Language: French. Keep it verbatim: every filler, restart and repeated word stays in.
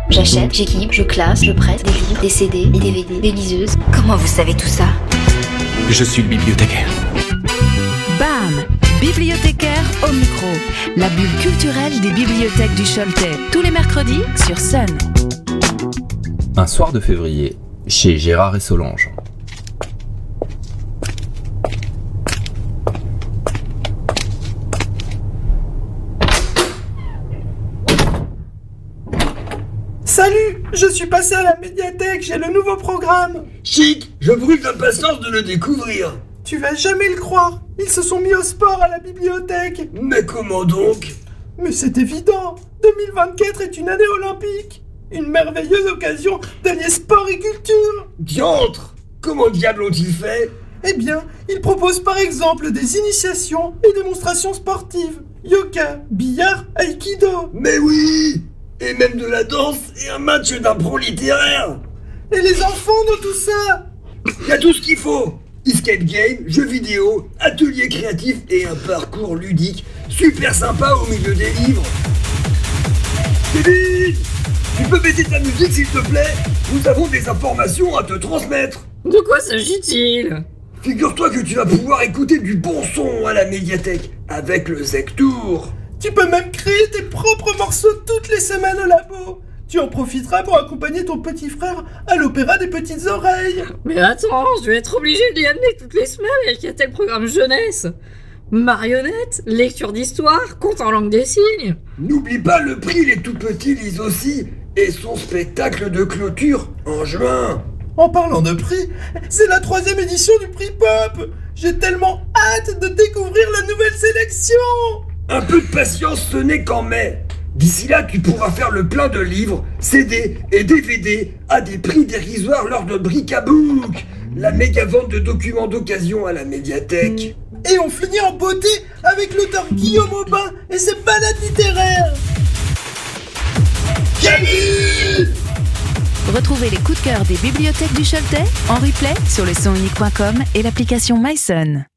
J'achète, j'équipe, je classe, je prête des livres, des C D, des D V D, des liseuses. Comment vous savez tout ça? Je suis le bibliothécaire. Bam! Bibliothécaire au micro. La bulle culturelle des bibliothèques du Choletais. Tous les mercredis sur Sun. Un soir de février, chez Gérard et Solange. Salut, je suis passé à la médiathèque, j'ai le nouveau programme. Chic, je brûle d'impatience de le découvrir. Tu vas jamais le croire, ils se sont mis au sport à la bibliothèque. Mais comment donc? Mais c'est évident, deux mille vingt-quatre est une année olympique. Une merveilleuse occasion d'allier sport et culture. Diantre, comment diable ont-ils fait? Eh bien, ils proposent par exemple des initiations et démonstrations sportives. Yoga, billard, aïkido. Mais oui! Et même de la danse et un match d'impro littéraire. Et les enfants dans tout ça? Y a tout ce qu'il faut. Escape game, jeux vidéo, atelier créatif et un parcours ludique super sympa au milieu des livres. Kevin, tu peux baisser ta musique s'il te plaît? Nous avons des informations à te transmettre. De quoi s'agit-il? Figure-toi que tu vas pouvoir écouter du bon son à la médiathèque avec le Zektour. Tu peux même créer tes propres morceaux toutes les semaines au labo. Tu en profiteras pour accompagner ton petit frère à l'opéra des petites oreilles. Mais attends, je vais être obligée d'y amener toutes les semaines avec un tel programme jeunesse. Marionnettes, lecture d'histoire, conte en langue des signes. N'oublie pas le prix Les Tout Petits lisent aussi et son spectacle de clôture en juin. En parlant de prix, c'est la troisième édition du prix Pop. J'ai tellement hâte de découvrir la nouvelle sélection. Un peu de patience, ce n'est qu'en mai. D'ici là, tu pourras faire le plein de livres, C D et D V D à des prix dérisoires lors de Bric-à-Book, la méga vente de documents d'occasion à la médiathèque. Et on finit en beauté avec l'auteur Guillaume Aubin et ses balades littéraires. Camille! Retrouvez les coups de cœur des bibliothèques du Choletais en replay sur le son unique point com et l'application MySun.